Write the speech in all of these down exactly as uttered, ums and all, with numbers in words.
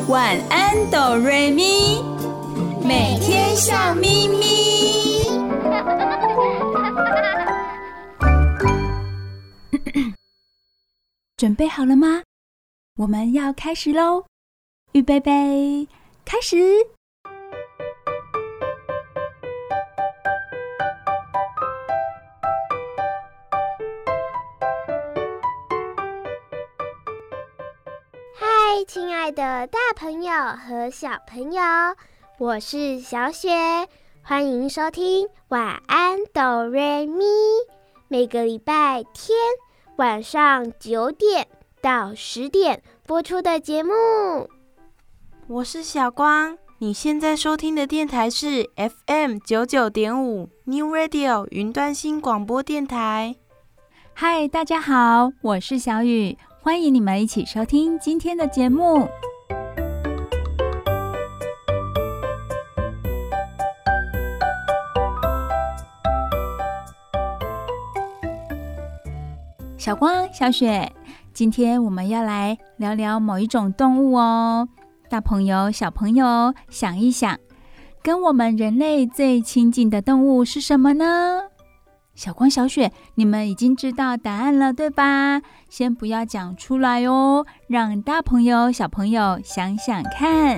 晚安哆瑞咪，每天笑眯眯。准备好了吗？我们要开始咯！预备备，开始！ 嗨，亲爱的大朋友和小朋友，我是小雪，欢迎收听晚安哆瑞咪，每个礼拜天晚上九点到十点播出的节目。 我是小光，你现在收听的电台是 F M 九九点五 New Radio 云端新广播电台。 嗨，大家好，我是小雨，欢迎你们一起收听今天的节目。小光、小雪，今天我们要来聊聊某一种动物哦。大朋友、小朋友，想一想，跟我们人类最亲近的动物是什么呢？小光、小雪，你们已经知道答案了，对吧？先不要讲出来哦，让大朋友、小朋友想想看。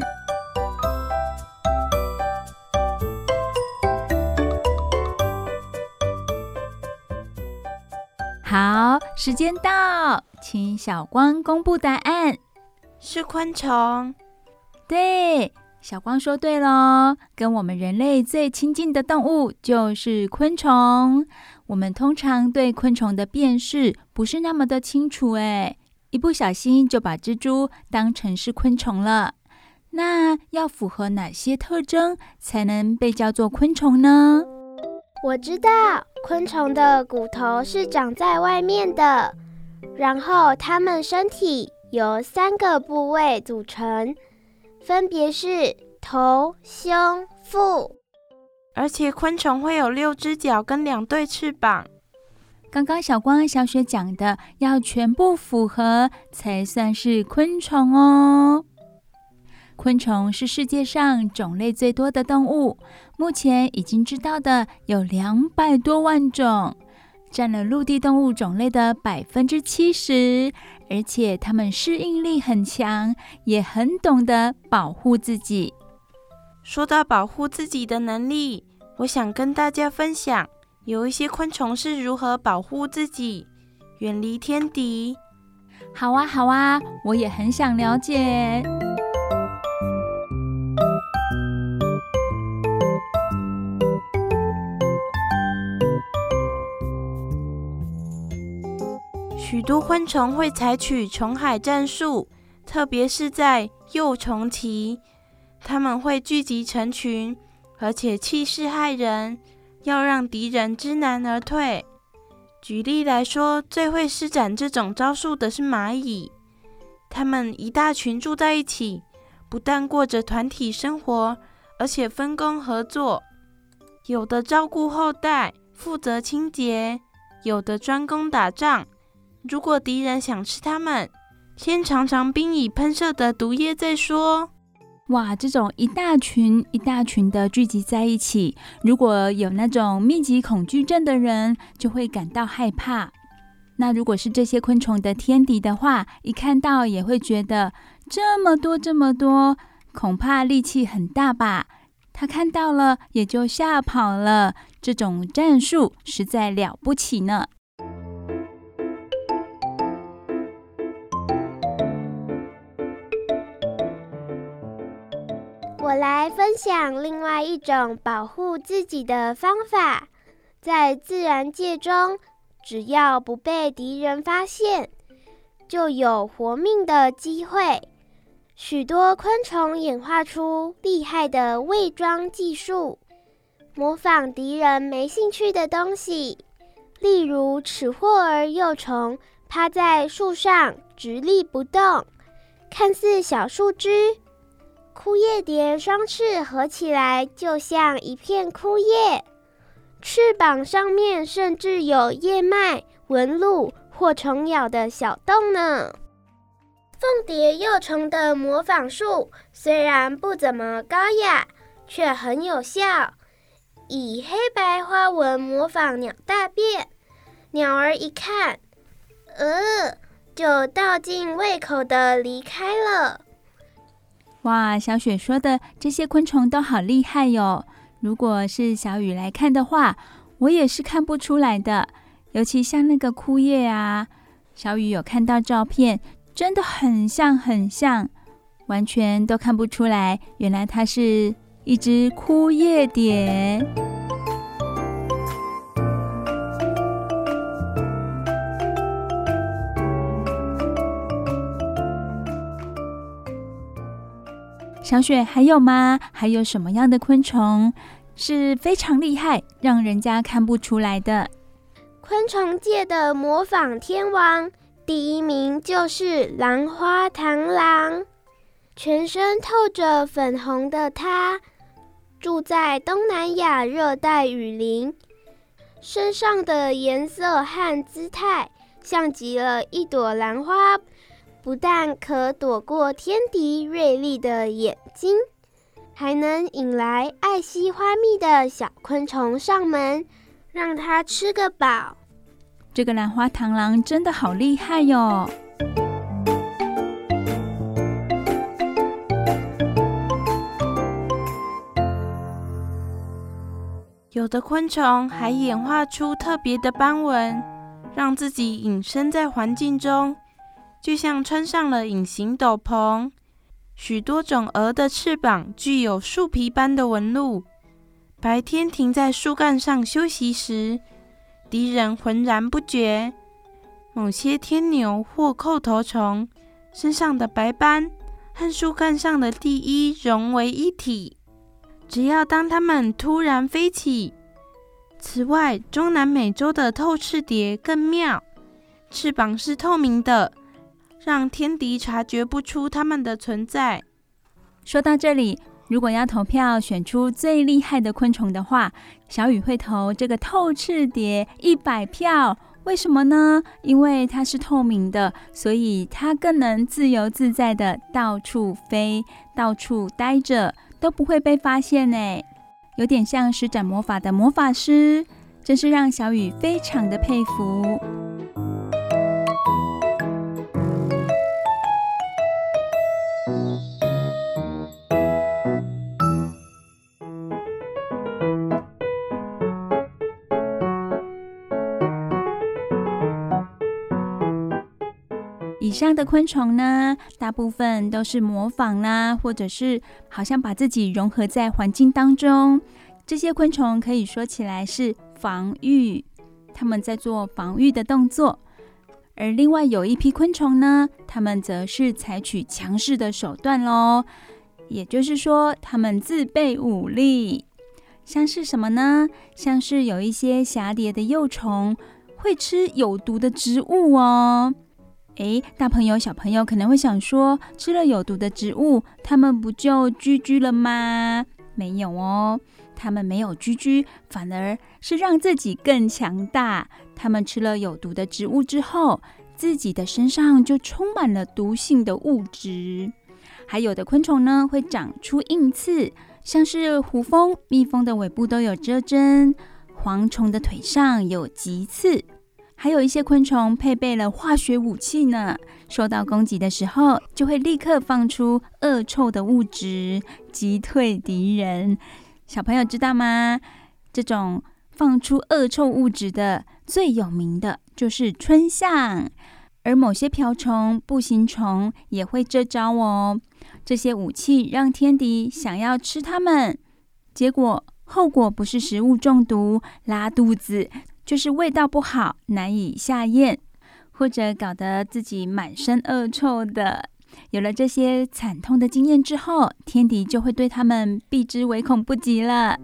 好，时间到，请小光公布答案。 是昆虫。 对，小光说对咯，跟我们人类最亲近的动物就是昆虫。我们通常对昆虫的辨识不是那么的清楚诶，一不小心就把蜘蛛当成是昆虫了。那要符合哪些特征才能被叫做昆虫呢？ 我知道，昆虫的骨头是长在外面的，然后它们身体由三个部位组成，分别是头、胸、腹。 而且昆虫会有六只脚跟两对翅膀。 刚刚小光、小雪讲的要全部符合才算是昆虫哦。昆虫是世界上种类最多的动物，目前已经知道的有两百多万种，占了陆地动物种类的百分之七十，而且它们适应力很强，也很懂得保护自己。 说到保护自己的能力，我想跟大家分享，有一些昆虫是如何保护自己，远离天敌。 好啊，好啊，我也很想了解。 许多昆虫会采取虫海战术，特别是在幼虫期，它们会聚集成群，而且气势骇人，要让敌人知难而退。举例来说，最会施展这种招数的是蚂蚁，它们一大群住在一起，不但过着团体生活，而且分工合作，有的照顾后代，负责清洁，有的专攻打仗。如果敌人想吃它们，先尝尝冰蚁喷射的毒液再说。 哇，这种一大群一大群的聚集在一起，如果有那种密集恐惧症的人，就会感到害怕。那如果是这些昆虫的天敌的话，一看到也会觉得这么多这么多，恐怕力气很大吧？他看到了也就吓跑了，这种战术实在了不起呢。 我来分享另外一种保护自己的方法。在自然界中，只要不被敌人发现，就有活命的机会。许多昆虫演化出厉害的伪装技术，模仿敌人没兴趣的东西，例如齿货儿幼虫趴在树上直立不动，看似小树枝，枯叶蝶双翅合起来就像一片枯叶，翅膀上面甚至有叶脉、纹路或虫咬的小洞呢。 凤蝶幼虫的模仿术虽然不怎么高雅，却很有效。以黑白花纹模仿鸟大便，鸟儿一看，呃，就倒进胃口的离开了。 哇，小雪说的这些昆虫都好厉害哟！如果是小雨来看的话，我也是看不出来的。尤其像那个枯叶啊，小雨有看到照片，真的很像很像，完全都看不出来，原来它是一只枯叶蝶。小雪还有吗？还有什么样的昆虫是非常厉害，让人家看不出来的？ 昆虫界的模仿天王，第一名就是兰花螳螂。全身透着粉红的它，住在东南亚热带雨林，身上的颜色和姿态像极了一朵兰花，不但可躲过天敌锐利的眼睛，还能引来爱惜花蜜的小昆虫上门，让它吃个饱。 这个兰花螳螂真的好厉害哟！ 有的昆虫还演化出特别的斑纹，让自己隐身在环境中，就像穿上了隐形斗篷。许多种蛾的翅膀具有树皮般的纹路，白天停在树干上休息时，敌人浑然不觉。某些天牛或扣头虫身上的白斑和树干上的地衣融为一体，只要当它们突然飞起。此外，中南美洲的透翅蝶更妙，翅膀是透明的，让天敌察觉不出它们的存在。 说到这里，如果要投票选出最厉害的昆虫的话，小雨会投这个透翅蝶一百票。为什么呢？因为它是透明的，所以它更能自由自在的到处飞，到处待着，都不会被发现呢。有点像施展魔法的魔法师，真是让小雨非常的佩服。以上的昆虫呢，大部分都是模仿啦，或者是好像把自己融合在环境当中。这些昆虫可以说起来是防御，它们在做防御的动作。而另外有一批昆虫呢，它们则是采取强势的手段咯，也就是说，它们自备武力。像是什么呢？像是有一些蛱蝶的幼虫会吃有毒的植物哦。诶，大朋友小朋友可能会想说，吃了有毒的植物，它们不就居居了吗？没有哦，它们没有居居，反而是让自己更强大。它们吃了有毒的植物之后，自己的身上就充满了毒性的物质。还有的昆虫呢，会长出硬刺，像是胡蜂、蜜蜂的尾部都有蛰针，蝗虫的腿上有棘刺。还有一些昆虫配备了化学武器呢，受到攻击的时候就会立刻放出恶臭的物质，击退敌人。小朋友知道吗？这种放出恶臭物质的最有名的就是春象，而某些瓢虫、步行虫也会这招哦。这些武器让天敌想要吃它们，结果后果不是食物中毒、拉肚子，就是味道不好，难以下咽，或者搞得自己满身恶臭的。有了这些惨痛的经验之后，天敌就会对他们避之唯恐不及了。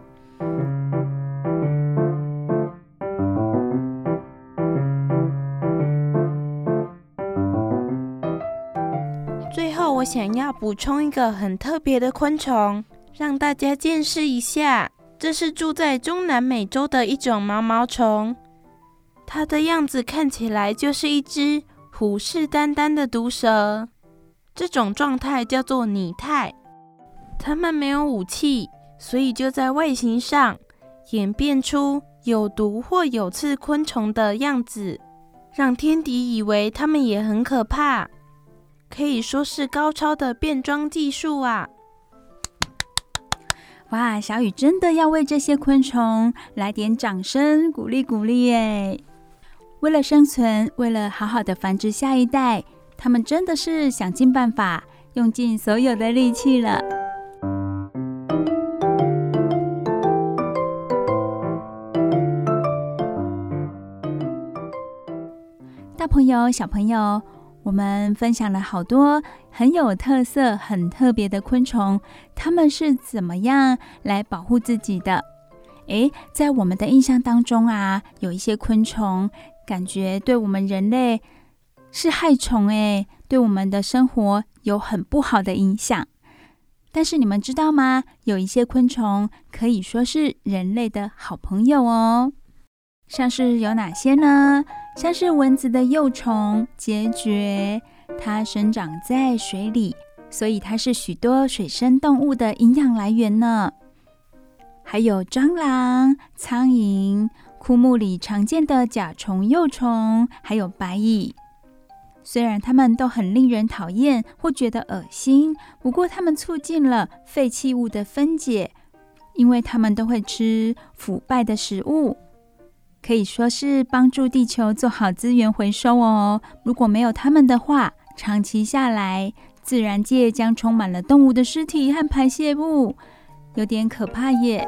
最后，我想要补充一个很特别的昆虫，让大家见识一下。这是住在中南美洲的一种毛毛虫，它的样子看起来就是一只虎视眈眈的毒蛇。这种状态叫做拟态。它们没有武器，所以就在外形上演变出有毒或有刺昆虫的样子，让天敌以为它们也很可怕，可以说是高超的变装技术啊！ 哇，小雨真的要为这些昆虫来点掌声，鼓励鼓励耶！为了生存，为了好好的繁殖下一代，他们真的是想尽办法，用尽所有的力气了。大朋友、小朋友，我们分享了好多很有特色、很特别的昆虫，它们是怎么样来保护自己的？诶，在我们的印象当中啊，有一些昆虫感觉对我们人类是害虫，诶，对我们的生活有很不好的影响。但是你们知道吗？有一些昆虫可以说是人类的好朋友哦。像是有哪些呢？像是蚊子的幼虫孑孓，它生长在水里，所以它是许多水生动物的营养来源呢。还有蟑螂、苍蝇，枯木里常见的甲虫幼虫，还有白蚁。虽然它们都很令人讨厌或觉得恶心，不过它们促进了废弃物的分解，因为它们都会吃腐败的食物，可以说是帮助地球做好资源回收哦。如果没有它们的话，长期下来，自然界将充满了动物的尸体和排泄物，有点可怕耶。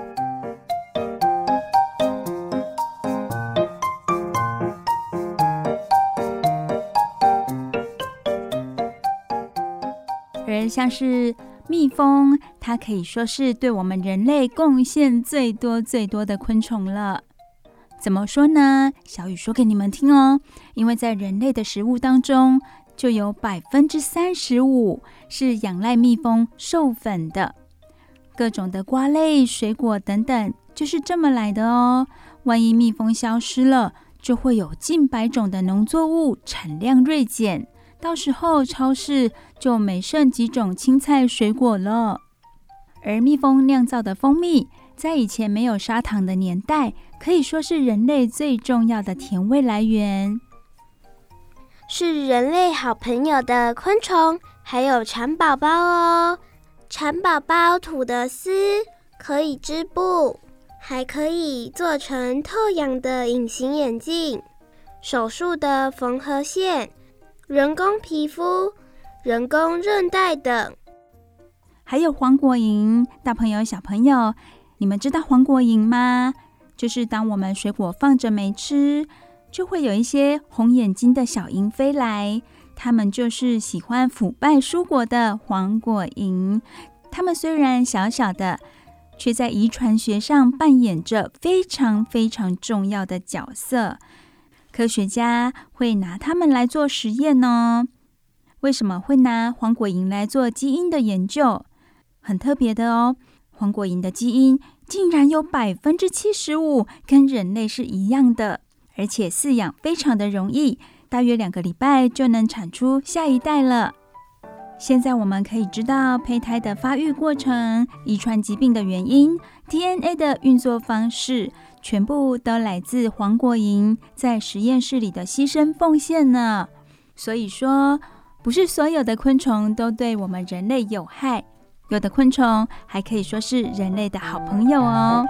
而像是蜜蜂，它可以说是对我们人类贡献最多最多的昆虫了。怎么说呢？小雨说给你们听哦。因为在人类的食物当中，就有百分之三十五是仰赖蜜蜂授粉的。各种的瓜类、水果等等，就是这么来的哦。万一蜜蜂消失了，就会有近百种的农作物产量锐减，到时候超市就没剩几种青菜水果了。而蜜蜂酿造的蜂蜜，在以前没有砂糖的年代，可以说是人类最重要的甜味来源。 是人类好朋友的昆虫，还有蚕宝宝哦。蚕宝宝吐的丝可以织布，还可以做成透氧的隐形眼镜、手术的缝合线、人工皮肤、人工韧带等。 还有黄果蝇，大朋友小朋友，你们知道黄果蝇吗？就是当我们水果放着没吃，就会有一些红眼睛的小蝇飞来，它们就是喜欢腐败蔬果的黄果蝇。它们虽然小小的，却在遗传学上扮演着非常非常重要的角色。科学家会拿它们来做实验哦。为什么会拿黄果蝇来做基因的研究？很特别的哦，黄果蝇的基因竟然有百分之七十五跟人类是一样的，而且饲养非常的容易，大约两个礼拜就能产出下一代了。现在我们可以知道胚胎的发育过程、遗传疾病的原因、D N A 的运作方式，全部都来自黄果蝇在实验室里的牺牲奉献呢。所以说，不是所有的昆虫都对我们人类有害，有的昆虫还可以说是人类的好朋友哦。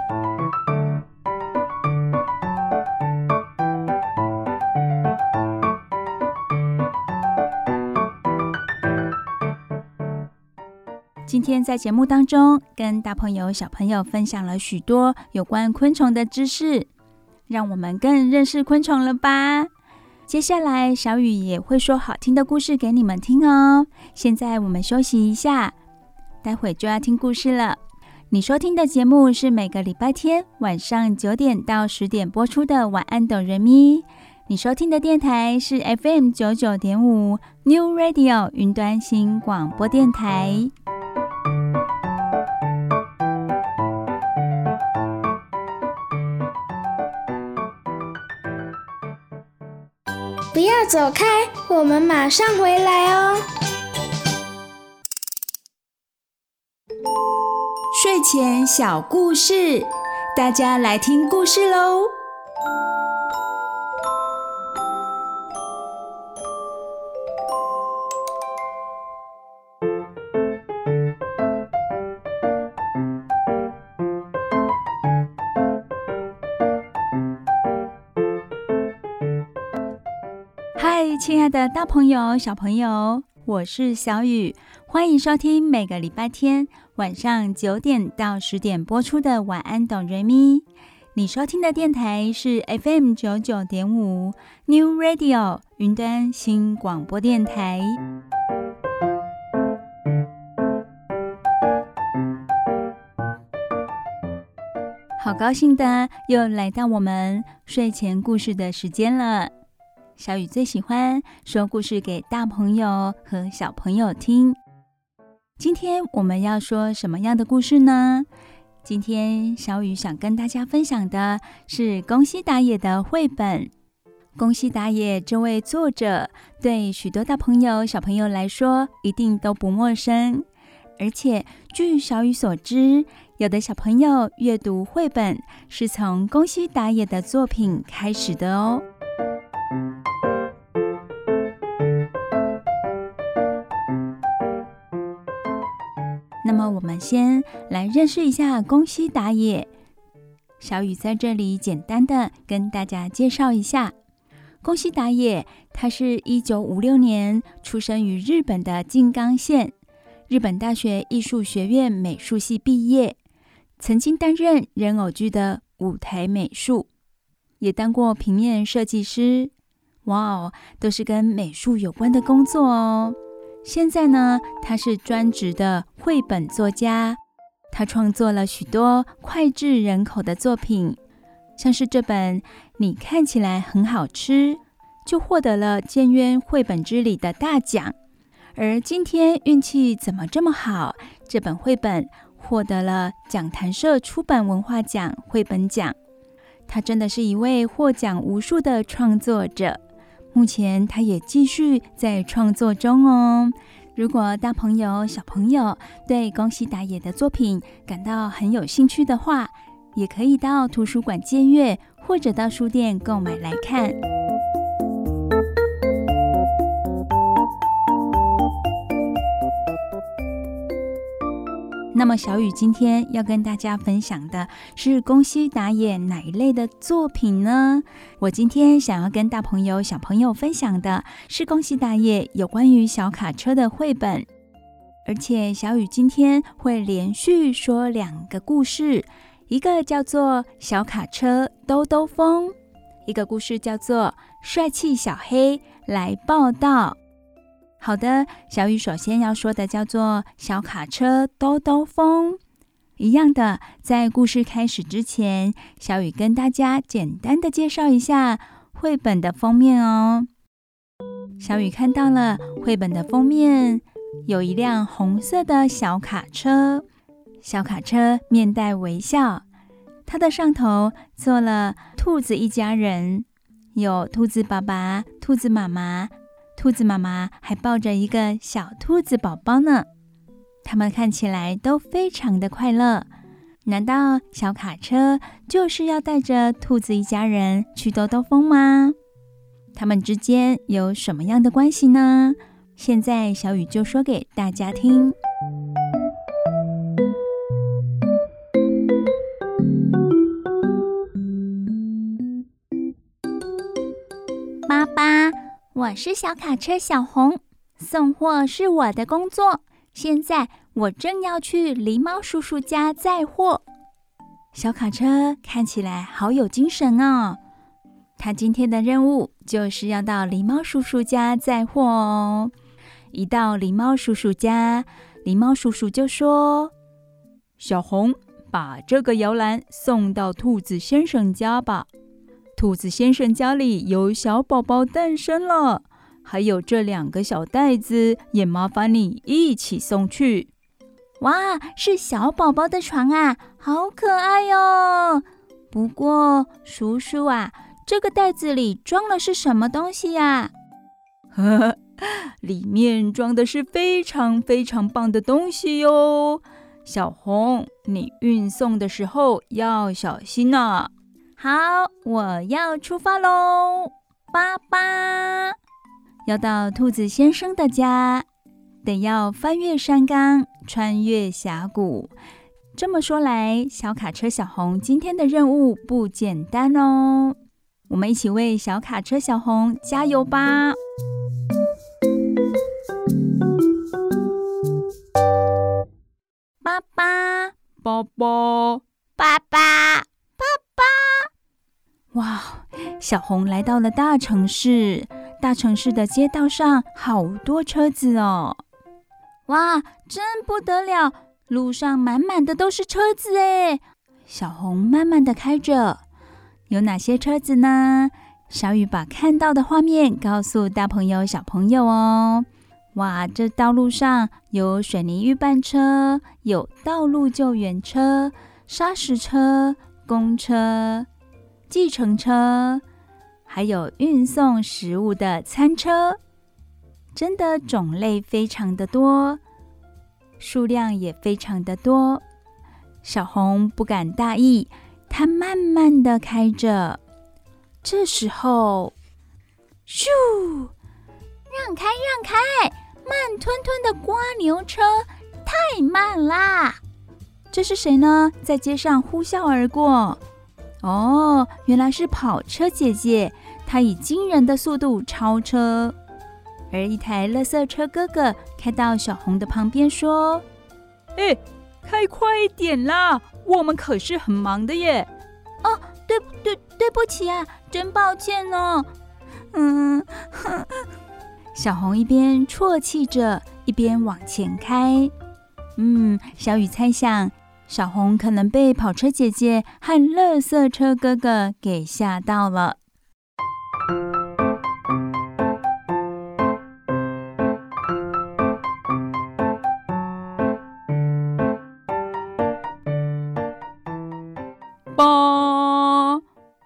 今天在节目当中，跟大朋友小朋友分享了许多有关昆虫的知识，让我们更认识昆虫了吧？接下来小雨也会说好听的故事给你们听哦。现在我们休息一下，待会就要听故事了。你收听的节目是每个礼拜天晚上九点到十点播出的晚安哆瑞咪。你收听的电台是 F M 九九点五 New Radio 云端新广播电台。 不要走开，我们马上回来哦。 睡前小故事，大家来听故事喽。嗨，亲爱的大朋友、小朋友，我是小雨，欢迎收听每个礼拜天晚上九点到十点播出的晚安哆瑞咪。你收听的电台是 F M 九九点五 New Radio 云端新广播电台。好高兴的又来到我们睡前故事的时间了。小雨最喜欢说故事给大朋友和小朋友听。今天我们要说什么样的故事呢？今天小雨想跟大家分享的是宫西达也的绘本。宫西达也这位作者对许多大朋友小朋友来说一定都不陌生，而且据小雨所知，有的小朋友阅读绘本是从宫西达也的作品开始的哦。那么我们先来认识一下宫西达也。小雨在这里简单的跟大家介绍一下，宫西达也他是一九五六年出生于日本的静冈县，日本大学艺术学院美术系毕业，曾经担任人偶剧的舞台美术，也当过平面设计师。哇哦，都是跟美术有关的工作哦。现在呢，他是专职的绘本作家，他创作了许多脍炙人口的作品，像是这本《你看起来很好吃》就获得了建渊绘本之礼的大奖，而今天运气怎么这么好，这本绘本获得了讲谈社出版文化奖绘本奖。他真的是一位获奖无数的创作者，目前他也继续在创作中哦。如果大朋友小朋友对宫西达也的作品感到很有兴趣的话，也可以到图书馆借阅，或者到书店购买来看。那么小雨今天要跟大家分享的是宫西达也哪一类的作品呢？我今天想要跟大朋友小朋友分享的是宫西达也有关于小卡车的绘本，而且小雨今天会连续说两个故事，一个叫做小卡车兜兜风，一个故事叫做帅气小黑来报道。好的，小雨首先要说的叫做小卡车兜兜风。一样的，在故事开始之前，小雨跟大家简单的介绍一下绘本的封面哦。小雨看到了绘本的封面，有一辆红色的小卡车，小卡车面带微笑，它的上头坐了兔子一家人，有兔子爸爸、兔子妈妈，兔子妈妈还抱着一个小兔子宝宝呢，他们看起来都非常的快乐。难道小卡车就是要带着兔子一家人去兜兜风吗？他们之间有什么样的关系呢？现在小雨就说给大家听。爸爸，我是小卡车小红，送货是我的工作。现在我正要去狸猫叔叔家载货。小卡车看起来好有精神哦。他今天的任务就是要到狸猫叔叔家载货哦。一到狸猫叔叔家，狸猫叔叔就说：“小红，把这个摇篮送到兔子先生家吧。兔子先生家里有小宝宝诞生了，还有这两个小袋子，也麻烦你一起送去。”哇，是小宝宝的床啊，好可爱哟！不过，叔叔啊，这个袋子里装的是什么东西呀？ 呵呵，里面装的是非常非常棒的东西哟。小红，你运送的时候要小心啊。好，我要出发喽，爸爸。要到兔子先生的家，得要翻越山岗，穿越峡谷。这么说来，小卡车小红今天的任务不简单哦。我们一起为小卡车小红加油吧！爸爸，爸爸， 爸爸，爸爸！哇，小红来到了大城市，大城市的街道上好多车子哦！哇，真不得了，路上满满的都是车子哎！小红慢慢的开着，有哪些车子呢？小雨把看到的画面告诉大朋友小朋友哦。哇，这道路上有水泥预拌车，有道路救援车、砂石车、公车、计程车，还有运送食物的餐车，真的种类非常的多，数量也非常的多。小红不敢大意，她慢慢的开着。这时候，咻！让开让开！慢吞吞的蝸牛车太慢啦！这是谁呢？在街上呼啸而过。哦，原来是跑车姐姐，她以惊人的速度超车。而一台垃圾车哥哥开到小红的旁边说：“哎，开快一点啦，我们可是很忙的耶。”哦，对对对不起啊，真抱歉哦。嗯，呵小红一边啜泣着，一边往前开。嗯，小雨猜想，小红可能被跑车姐姐和垃圾车哥哥给吓到了。爸！哇！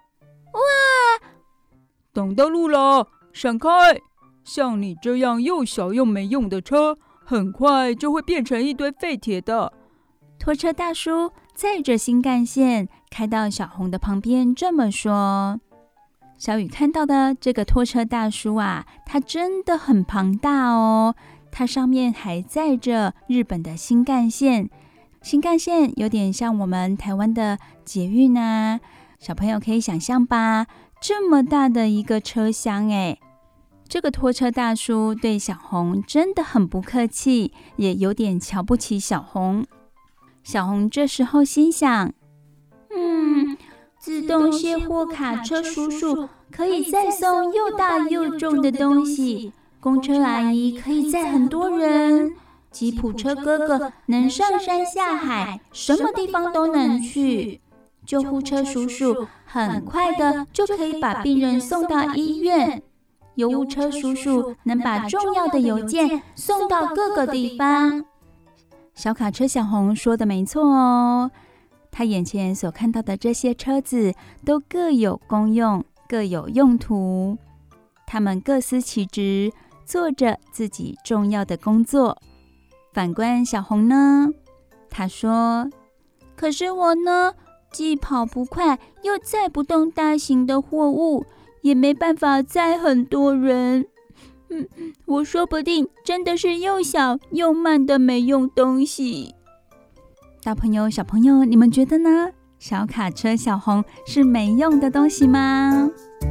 挡到路了，闪开！像你这样又小又没用的车，很快就会变成一堆废铁的。拖车大叔载着新干线开到小红的旁边，这么说。小雨看到的这个拖车大叔啊，他真的很庞大哦。他上面还载着日本的新干线，新干线有点像我们台湾的捷运啊。小朋友可以想象吧，这么大的一个车厢哎。这个拖车大叔对小红真的很不客气，也有点瞧不起小红。小红这时候心想，嗯，自动卸货卡车叔叔可以再送又大又重的东西，公车阿姨可以载很多人，吉普车哥哥能上山下海，什么地方都能去，救护车叔叔很快的就可以把病人送到医院，邮物车叔叔能把重要的邮件送到各个地方。小卡车小红说的没错哦，他眼前所看到的这些车子都各有功用，各有用途，他们各司其职，做着自己重要的工作。反观小红呢，他说：“可是我呢，既跑不快，又载不动大型的货物，也没办法载很多人。嗯，我说不定真的是又小又慢的没用东西。”大朋友小朋友，你们觉得呢？小卡车小红是没用的东西吗？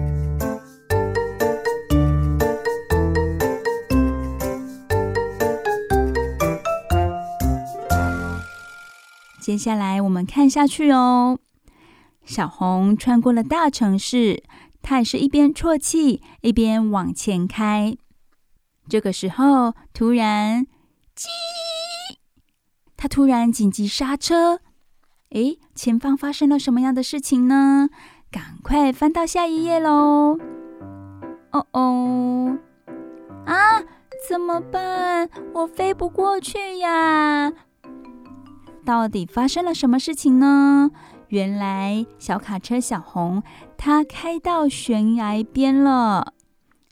接下来我们看下去哦。小红穿过了大城市，她也是一边啜泣一边往前开。这个时候，突然，叽！她突然紧急刹车。诶，前方发生了什么样的事情呢？赶快翻到下一页咯。哦哦，啊，怎么办？我飞不过去呀！到底发生了什么事情呢？原来小卡车小红她开到悬崖边了，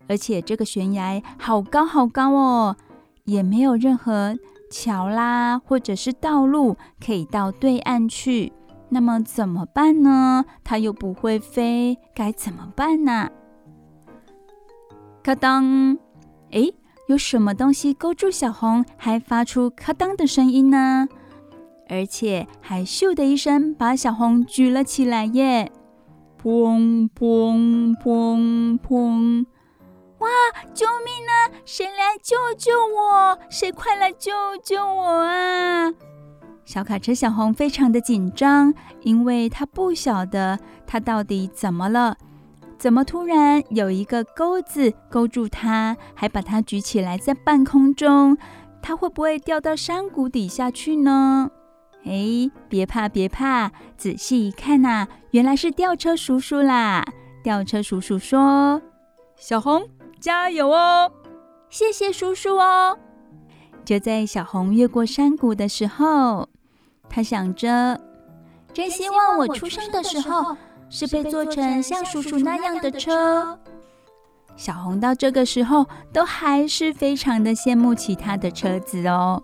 而且这个悬崖好高好高哦，也没有任何桥啦，或者是道路可以到对岸去。那么怎么办呢？它又不会飞，该怎么办呢？咔当！诶，有什么东西勾住小红，还发出咔当的声音呢？而且还咻的一声把小红举了起来耶！砰砰砰砰！哇！救命啊！谁来救救我？谁快来救救我啊！小卡车小红非常的紧张，因为她不晓得她到底怎么了，怎么突然有一个钩子勾住她，还把她举起来在半空中，她会不会掉到山谷底下去呢？哎，别怕别怕，仔细一看啊，原来是吊车叔叔啦。吊车叔叔说：小红加油哦，谢谢叔叔哦。就在小红越过山谷的时候，他想着，真希望我出生的时候是被做成像叔叔那样的车。小红到这个时候都还是非常的羡慕其他的车子哦。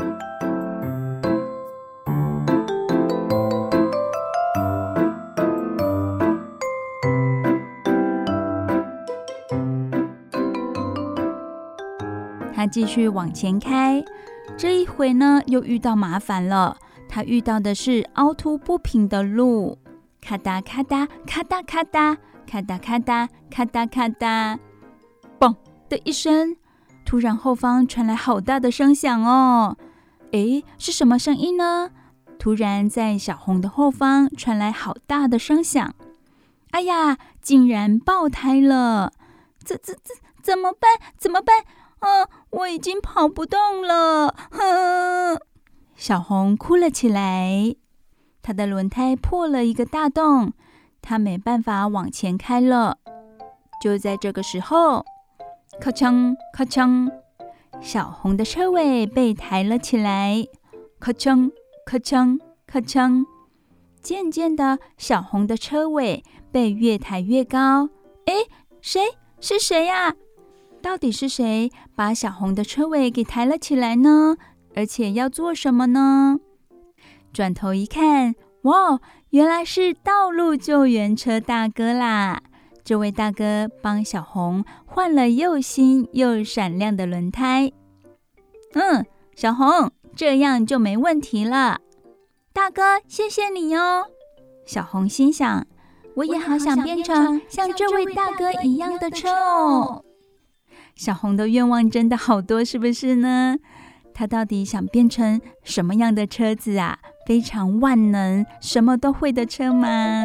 他继续往前开，这一回呢又遇到麻烦了。他遇到的是凹凸不平的路，咔哒咔哒咔哒咔哒咔哒咔哒咔哒咔哒，嘣的一声，突然后方传来好大的声响哦！诶，是什么声音呢？突然在小红的后方传来好大的声响，哎呀，竟然爆胎了！怎怎怎怎么办？怎么办？啊，我已经跑不动了！哼，小红哭了起来，她的轮胎破了一个大洞，她没办法往前开了。就在这个时候，咔嚓咔嚓，小红的车尾被抬了起来，咔嚓咔嚓咔嚓，渐渐的，小红的车尾被越抬越高。诶，谁？是谁呀？到底是谁把小红的车尾给抬了起来呢？而且要做什么呢？转头一看，哇，原来是道路救援车大哥啦！这位大哥帮小红换了又新又闪亮的轮胎。嗯，小红，这样就没问题了。大哥，谢谢你哦。小红心想，我也好想变成像这位大哥一样的车哦。小红的愿望真的好多，是不是呢？她到底想变成什么样的车子啊？非常万能，什么都会的车吗？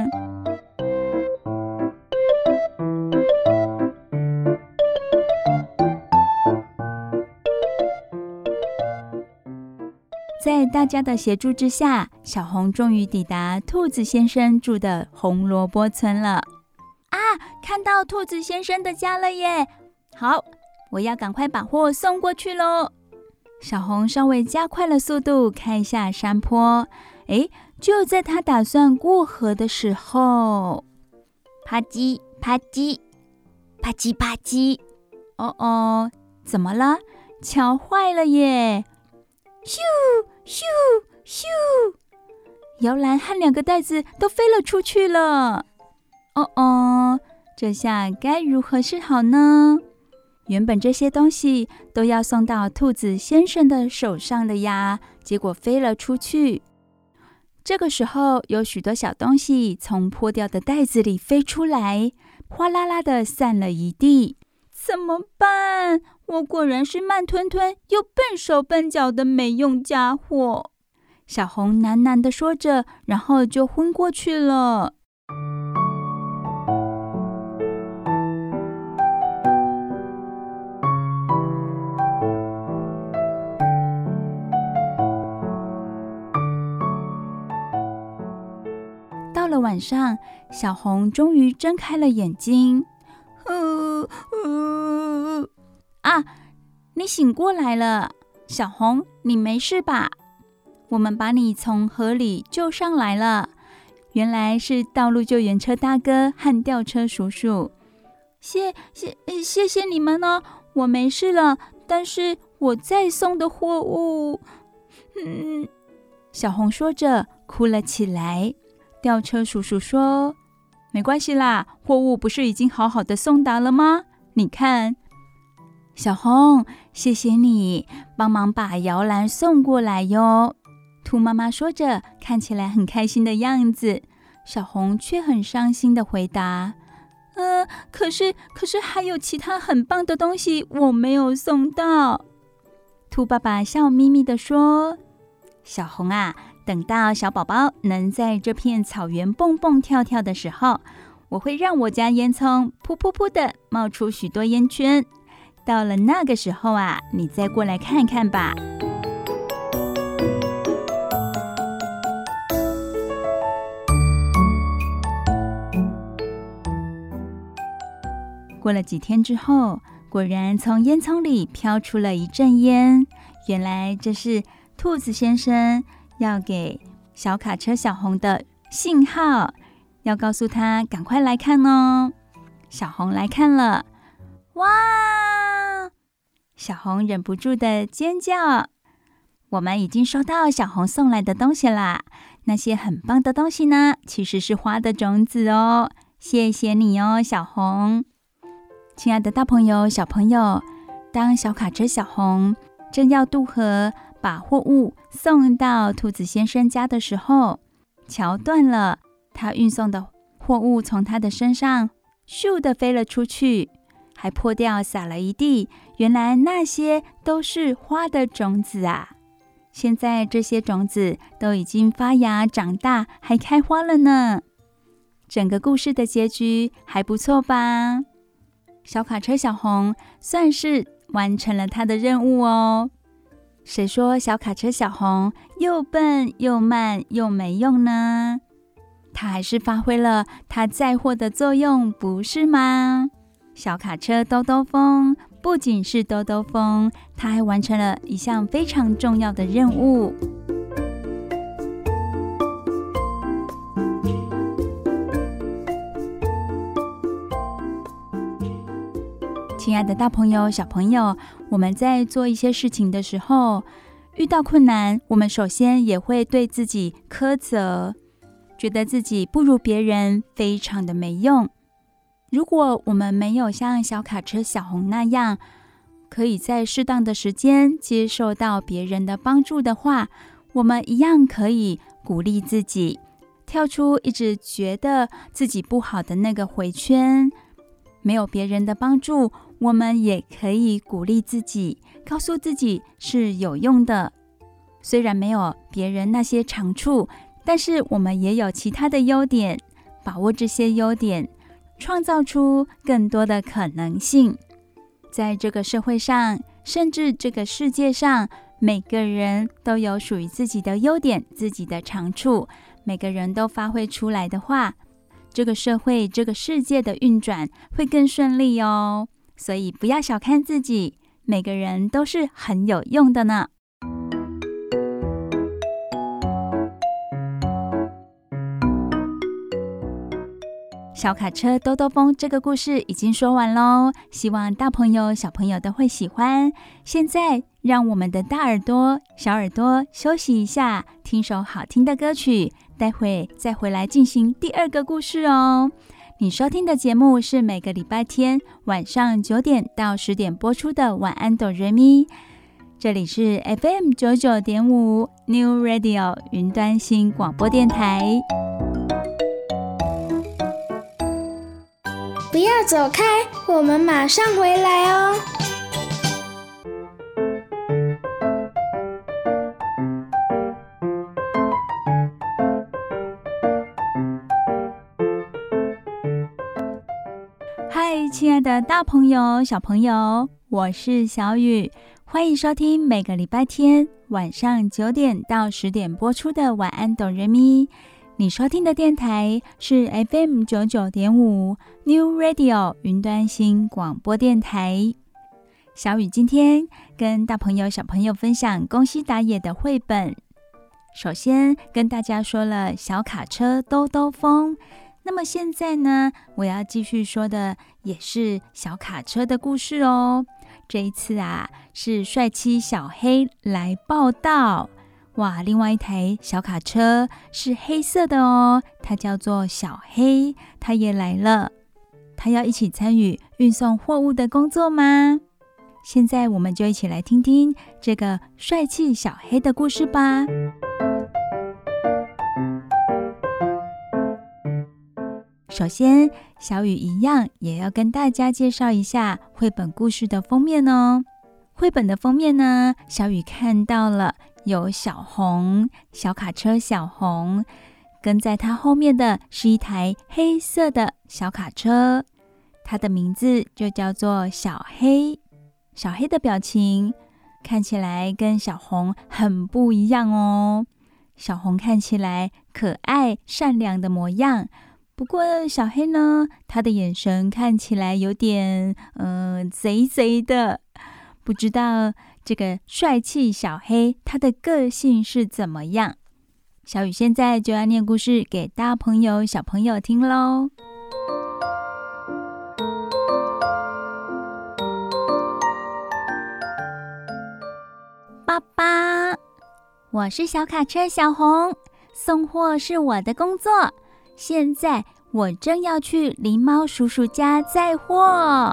在大家的协助之下，小红终于抵达兔子先生住的红萝卜村了。啊，看到兔子先生的家了耶！好，我要赶快把货送过去咯。小红稍微加快了速度，开下山坡。诶，就在他打算过河的时候，啪叽啪叽啪叽啪叽，哦哦，怎么了？桥坏了耶！咻咻咻，摇篮和两个袋子都飞了出去了。哦哦，这下该如何是好呢？原本这些东西都要送到兔子先生的手上的呀，结果飞了出去。这个时候，有许多小东西从破掉的袋子里飞出来，哗啦啦的散了一地。怎么办？我果然是慢吞吞又笨手笨脚的没用家伙。小红喃喃地说着，然后就昏过去了。到了晚上，小红终于睁开了眼睛。呃呃、啊，你醒过来了，小红，你没事吧？我们把你从河里救上来了。原来是道路救援车大哥和吊车叔叔。 谢谢谢谢你们哦，我没事了。但是我再送的货物……嗯，小红说着哭了起来。吊车叔叔说：“没关系啦，货物不是已经好好的送达了吗？你看。”小红，谢谢你帮忙把摇篮送过来哟。兔妈妈说着，看起来很开心的样子。小红却很伤心的回答：“呃，可是可是还有其他很棒的东西我没有送到。”兔爸爸笑眯眯的说：“小红啊，等到小宝宝能在这片草原蹦蹦跳跳的时候，我会让我家烟囱噗噗噗的冒出许多烟圈。到了那个时候啊，你再过来看看吧。”过了几天之后，果然从烟囱里飘出了一阵烟。原来这是兔子先生要给小卡车小红的信号，要告诉他赶快来看哦。小红来看了，哇！小红忍不住的尖叫。我们已经收到小红送来的东西啦，那些很棒的东西呢，其实是花的种子哦。谢谢你哦，小红。亲爱的大朋友小朋友，当小卡车小红正要渡河把货物送到兔子先生家的时候，桥断了，他运送的货物从他的身上咻的飞了出去，还破掉洒了一地。原来那些都是花的种子啊！现在这些种子都已经发芽长大，还开花了呢。整个故事的结局还不错吧？小卡车小红算是完成了他的任务哦。谁说小卡车小红又笨又慢又没用呢？他还是发挥了他载货的作用，不是吗？小卡车兜兜风不仅是兜兜风，他还完成了一项非常重要的任务。亲爱的大朋友小朋友，我们在做一些事情的时候，遇到困难，我们首先也会对自己苛责，觉得自己不如别人，非常的没用。如果我们没有像小卡车小红那样，可以在适当的时间接受到别人的帮助的话，我们一样可以鼓励自己，跳出一直觉得自己不好的那个回圈。没有别人的帮助，我们也可以鼓励自己，告诉自己是有用的。虽然没有别人那些长处，但是我们也有其他的优点，把握这些优点，创造出更多的可能性。在这个社会上，甚至这个世界上，每个人都有属于自己的优点，自己的长处，每个人都发挥出来的话，这个社会，这个世界的运转会更顺利哦。所以不要小看自己，每个人都是很有用的呢。小卡车兜兜风这个故事已经说完咯，希望大朋友小朋友都会喜欢。现在让我们的大耳朵小耳朵休息一下，听首好听的歌曲，待会再回来进行第二个故事哦。你收听的节目是每个礼拜天晚上九点到十点播出的晚安哆瑞咪，这里是 F M 九九点五 New Radio 云端新广播电台。 不要走开，我们马上回来哦。 嗨，亲爱的大朋友小朋友，我是小雨，欢迎收听每个礼拜天晚上九点到十点播出的晚安哆瑞咪。你收听的电台是 F M 九九点五 New Radio 云端新广播电台。小雨今天跟大朋友小朋友分享宫西达也的绘本。首先跟大家说了小卡车兜兜风， 那么现在呢，我要继续说的也是小卡车的故事哦。这一次啊，是帅气小黑来报道。哇，另外一台小卡车是黑色的哦，它叫做小黑，它也来了。它要一起参与运送货物的工作吗？现在我们就一起来听听这个帅气小黑的故事吧。首先，小雨一样也要跟大家介绍一下绘本故事的封面哦。绘本的封面呢，小雨看到了有小红，小卡车小红，跟在它后面的是一台黑色的小卡车，它的名字就叫做小黑。小黑的表情看起来跟小红很不一样哦。小红看起来可爱善良的模样，不过小黑呢，他的眼神看起来有点呃贼贼的。不知道这个帅气小黑他的个性是怎么样？小雨现在就要念故事给大朋友小朋友听咯。爸爸，我是小卡车小红，送货是我的工作。现在我正要去狸猫叔叔家载货。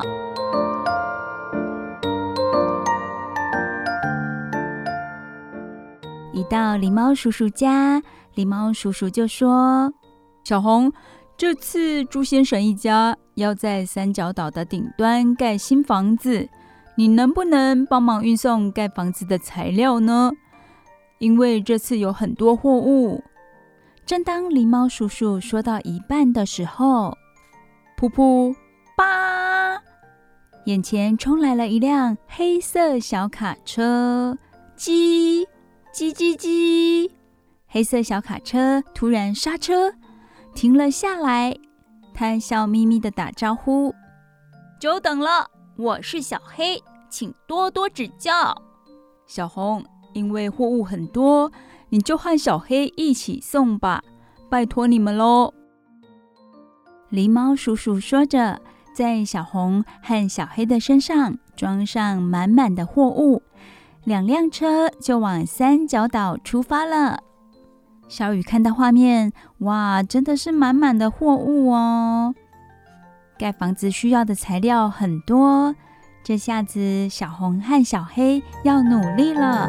一到狸猫叔叔家，狸猫叔叔就说：小红，这次猪先生一家要在三角岛的顶端盖新房子，你能不能帮忙运送盖房子的材料呢？因为这次有很多货物。正当狸猫叔叔说到一半的时候，噗噗吧，眼前冲来了一辆黑色小卡车，叽叽叽叽，黑色小卡车突然刹车，停了下来。他笑眯眯地打招呼：久等了，我是小黑，请多多指教。小红，因为货物很多，你就和小黑一起送吧，拜托你们咯。狸猫叔叔说着，在小红和小黑的身上装上满满的货物，两辆车就往三角岛出发了。小雨看到画面，哇，真的是满满的货物哦！盖房子需要的材料很多，这下子小红和小黑要努力了。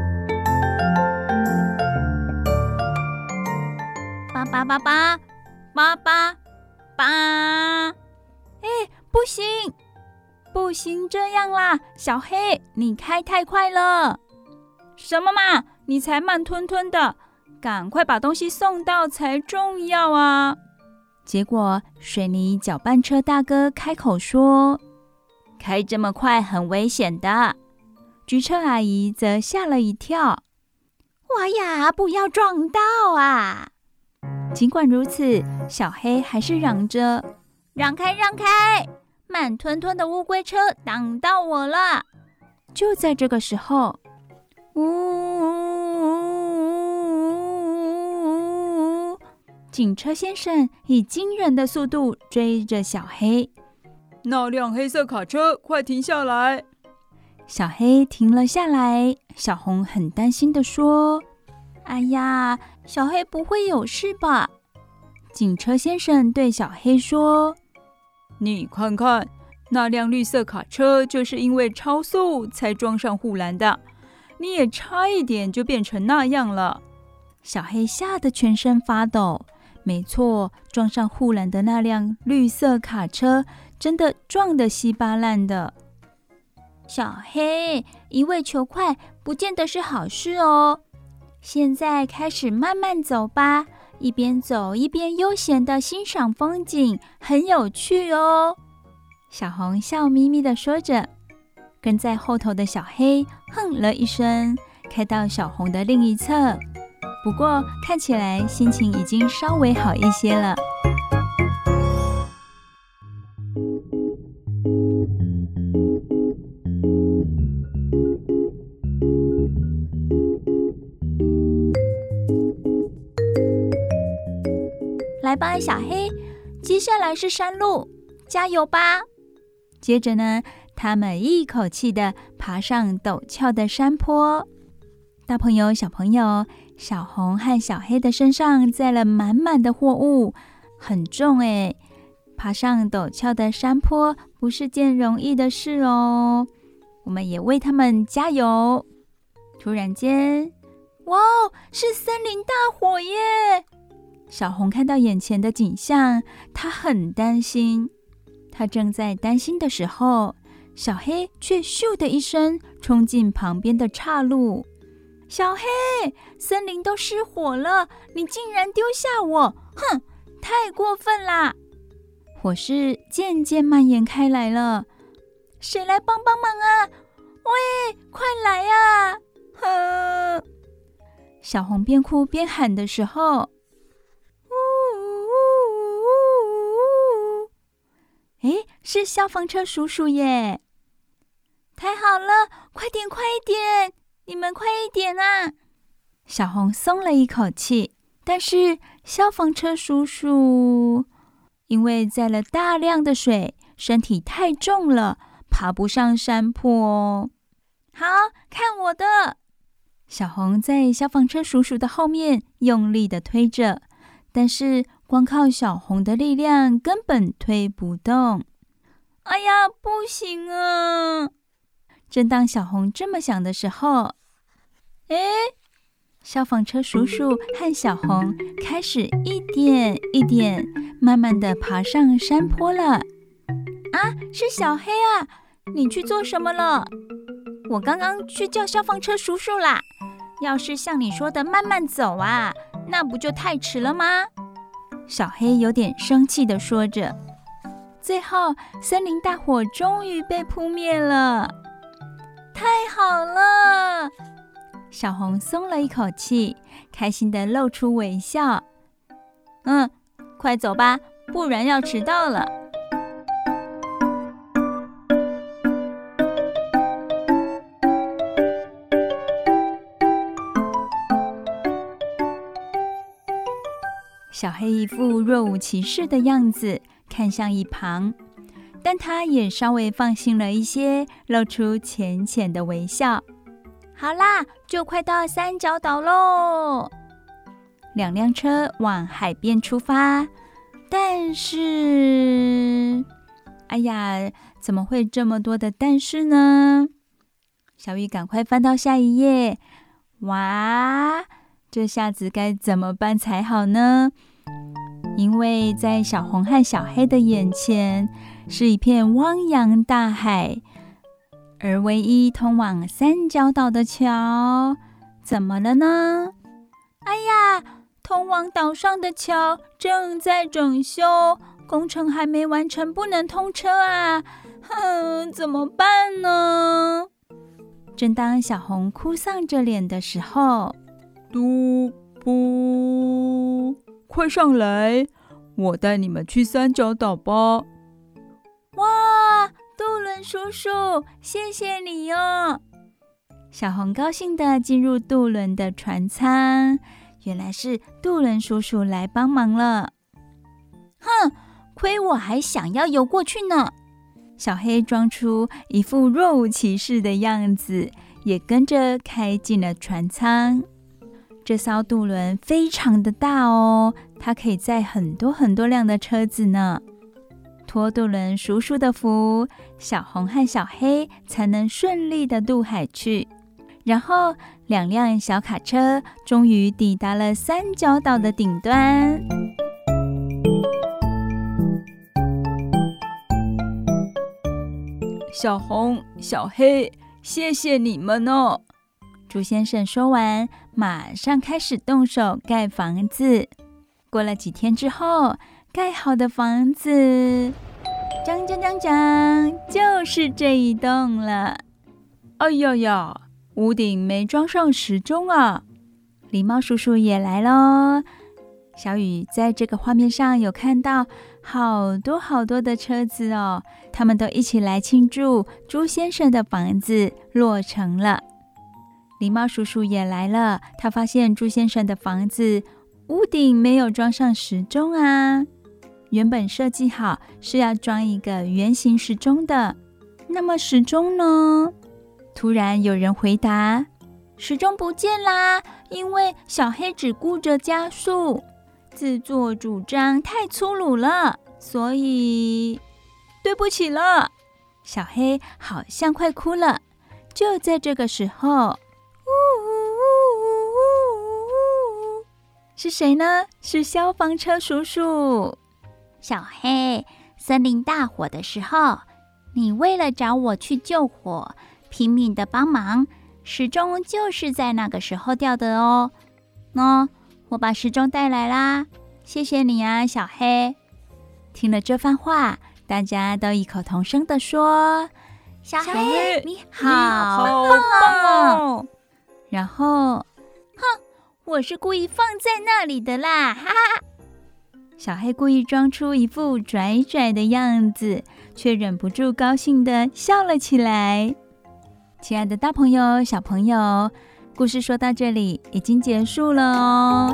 叭叭叭叭叭叭叭！哎，不行，不行这样啦，小黑，你开太快了。什么嘛，你才慢吞吞的，赶快把东西送到才重要啊！结果水泥搅拌车大哥开口说：开这么快很危险的。橘车阿姨则吓了一跳：哇呀，不要撞到啊！尽管如此，小黑还是嚷着：让开让开，慢吞吞的乌龟车挡到我了。就在这个时候，呜呜呜呜，警车先生以惊人的速度追着小黑。 那辆黑色卡车，快停下来！ 小黑停了下来，小红很担心地说：哎呀，小黑不会有事吧？警车先生对小黑说： 你看看，那辆绿色卡车就是因为超速才撞上护栏的，你也差一点就变成那样了。 小黑吓得全身发抖。没错，撞上护栏的那辆绿色卡车真的撞得稀巴烂的。小黑，一味求快不见得是好事哦。现在开始慢慢走吧，一边走一边悠闲地欣赏风景，很有趣哦。小红笑眯眯地说着，跟在后头的小黑哼了一声，开到小红的另一侧。不过看起来心情已经稍微好一些了。来吧，小黑， 接下来是山路，加油吧！接着呢，他们一口气的爬上陡峭的山坡。大朋友、小朋友，小红和小黑的身上载了满满的货物，很重哎。爬上陡峭的山坡不是件容易的事哦。我们也为他们加油。突然间，哇哦，是森林大火耶！小红看到眼前的景象，她很担心。她正在担心的时候，小黑却咻的一声冲进旁边的岔路。小黑，森林都失火了，你竟然丢下我！哼，太过分啦！火势渐渐蔓延开来了，谁来帮帮忙啊？喂，快来啊！呵，小红边哭边喊的时候，呜呜呜呜！诶，是消防车叔叔耶！太好了，快点，快一点！你们快一点啊！小红松了一口气，但是消防车叔叔因为载了大量的水，身体太重了，爬不上山坡。好，看我的！小红在消防车叔叔的后面用力的推着，但是光靠小红的力量根本推不动。哎呀，不行啊！正当小红这么想的时候，诶，消防车叔叔和小红开始一点一点慢慢的爬上山坡了。啊，是小黑啊！你去做什么了？我刚刚去叫消防车叔叔啦。要是像你说的慢慢走啊，那不就太迟了吗？小黑有点生气的说着。最后，森林大火终于被扑灭了。太好了！小红松了一口气，开心的露出微笑。嗯，快走吧，不然要迟到了。小黑一副若无其事的样子，看向一旁，但他也稍微放心了一些，露出浅浅的微笑。好啦，就快到三角岛喽！两辆车往海边出发，但是，哎呀，怎么会这么多的但是呢？小雨赶快翻到下一页。哇，这下子该怎么办才好呢？因为在小红和小黑的眼前是一片汪洋大海，而唯一通往三角岛的桥怎么了呢？哎呀，通往岛上的桥正在整修，工程还没完成，不能通车啊！哼，怎么办呢？正当小红哭丧着脸的时候， 嘟噗，快上来，我带你们去三角岛吧！ 哇，渡轮叔叔，谢谢你哦！小红高兴地进入渡轮的船舱，原来是渡轮叔叔来帮忙了。哼，亏我还想要游过去呢！小黑装出一副若无其事的样子，也跟着开进了船舱。这艘渡轮非常的大哦，它可以载很多很多辆的车子呢。托渡轮叔叔的福，小红和小黑才能顺利的渡海去。然后，两辆小卡车终于抵达了三角岛的顶端。 小红、小黑，谢谢你们哦！ 猪先生说完，马上开始动手盖房子。过了几天之后，盖好的房子，讲讲讲讲，就是这一栋了。 哎呀呀，屋顶没装上时钟啊！ 狸猫叔叔也来咯。小雨在这个画面上有看到好多好多的车子哦，他们都一起来庆祝猪先生的房子落成了。狸猫叔叔也来了，他发现猪先生的房子屋顶没有装上时钟啊。 原本设计好是要装一个圆形时钟的。那么时钟呢？突然有人回答：时钟不见啦，因为小黑只顾着加速，自作主张太粗鲁了，所以对不起了。小黑好像快哭了。就在这个时候，呜呜呜呜呜，是谁呢？是消防车叔叔。 小黑，森林大火的时候，你为了找我去救火，拼命的帮忙，时钟就是在那个时候掉的哦。喏，我把时钟带来啦，谢谢你啊，小黑。听了这番话，大家都异口同声地说：小黑，小黑你好， 好棒哦！然后， 哼，我是故意放在那里的啦，哈哈。 小黑故意装出一副拽拽的样子，却忍不住高兴地笑了起来。亲爱的大朋友、小朋友，故事说到这里已经结束了哦。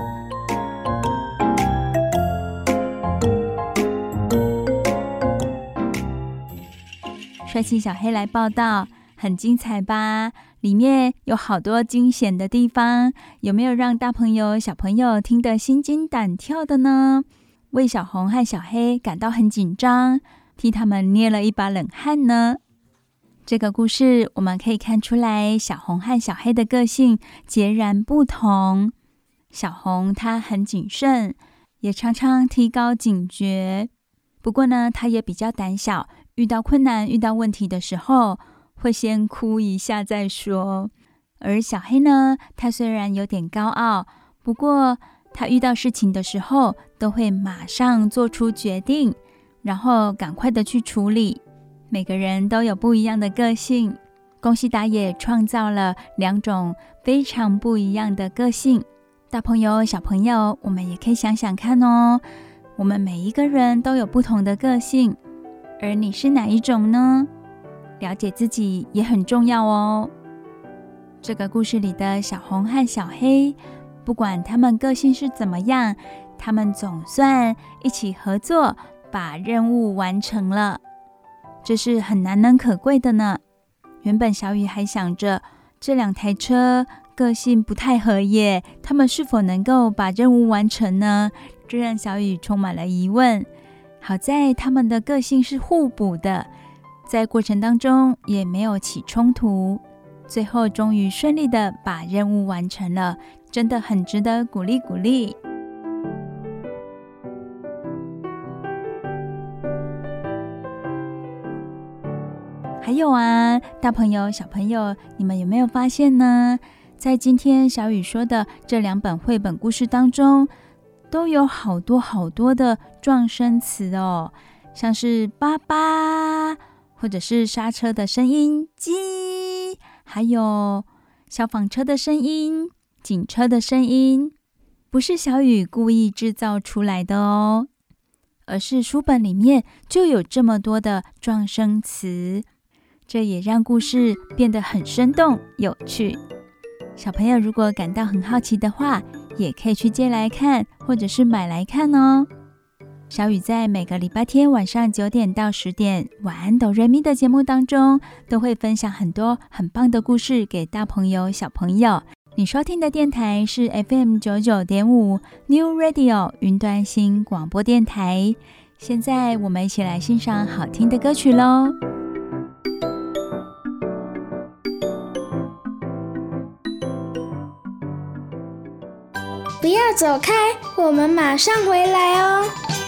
帅气小黑来报道，很精彩吧？里面有好多惊险的地方，有没有让大朋友、小朋友听得心惊胆跳的呢？为小红和小黑感到很紧张，替他们捏了一把冷汗呢。这个故事我们可以看出来，小红和小黑的个性截然不同。小红她很谨慎，也常常提高警觉。不过呢，她也比较胆小，遇到困难、遇到问题的时候，会先哭一下再说。而小黑呢，他虽然有点高傲，不过他遇到事情的时候，都会马上做出决定，然后赶快的去处理。每个人都有不一样的个性，宫西达也创造了两种非常不一样的个性。大朋友、小朋友，我们也可以想想看哦，我们每一个人都有不同的个性，而你是哪一种呢？了解自己也很重要哦。这个故事里的小红和小黑，不管他们个性是怎么样，他们总算一起合作，把任务完成了。这是很难能可贵的呢。原本小雨还想着，这两台车个性不太合耶，他们是否能够把任务完成呢？这让小雨充满了疑问。好在他们的个性是互补的，在过程当中也没有起冲突，最后终于顺利的把任务完成了，真的很值得鼓励鼓励。还有啊，大朋友、小朋友，你们有没有发现呢？在今天小雨说的这两本绘本故事当中，都有好多好多的撞声词哦，像是爸爸，或者是刹车的声音叽，还有消防车的声音、警车的声音，不是小雨故意制造出来的哦，而是书本里面就有这么多的撞声词，这也让故事变得很生动有趣。小朋友如果感到很好奇的话，也可以去借来看，或者是买来看哦。小雨在每个礼拜天晚上九点到十点晚安哆瑞咪的节目当中，都会分享很多很棒的故事给大朋友小朋友。你收听的电台是 F M 九十九点五 New Radio 云端新广播电台。现在我们一起来欣赏好听的歌曲咯。 不要走开，我们马上回来哦。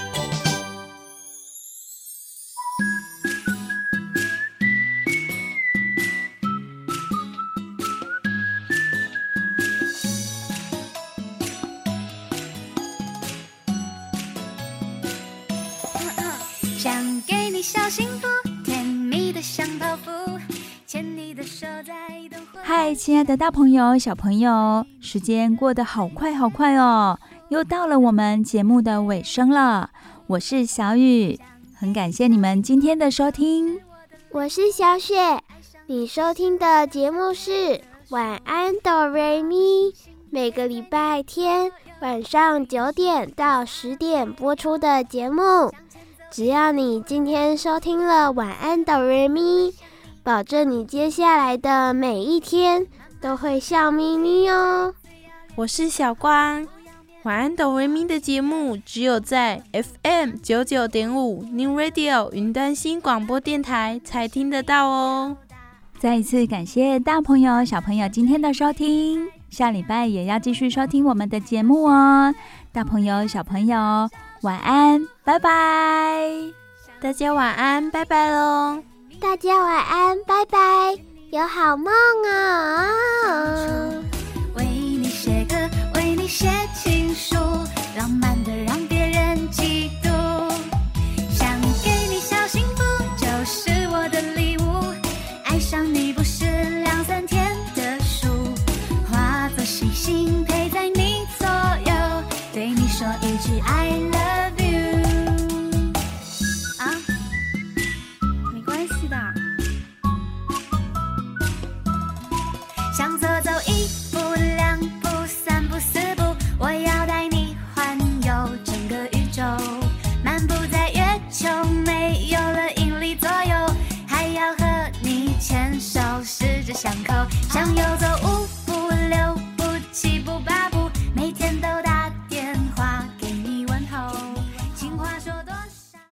想给你小幸福，甜蜜的像泡芙，牵你的手在灯火。 嗨，亲爱的大朋友、小朋友，时间过得好快好快哦，又到了我们节目的尾声了。我是小雨，很感谢你们今天的收听。 我是小雪，你收听的节目是晚安哆瑞咪。 每个礼拜天晚上九点到十点播出的节目。只要你今天收听了晚安哆瑞咪，保证你接下来的每一天都会笑眯眯哦。 我是小光，晚安哆瑞咪的节目只有在 F M 九九点五 New Radio 云端新广播电台才听得到哦。 再一次感谢大朋友小朋友今天的收听，下礼拜也要继续收听我们的节目哦。大朋友小朋友晚安，拜拜。 大家晚安，拜拜咯。 大家晚安，拜拜，有好梦啊。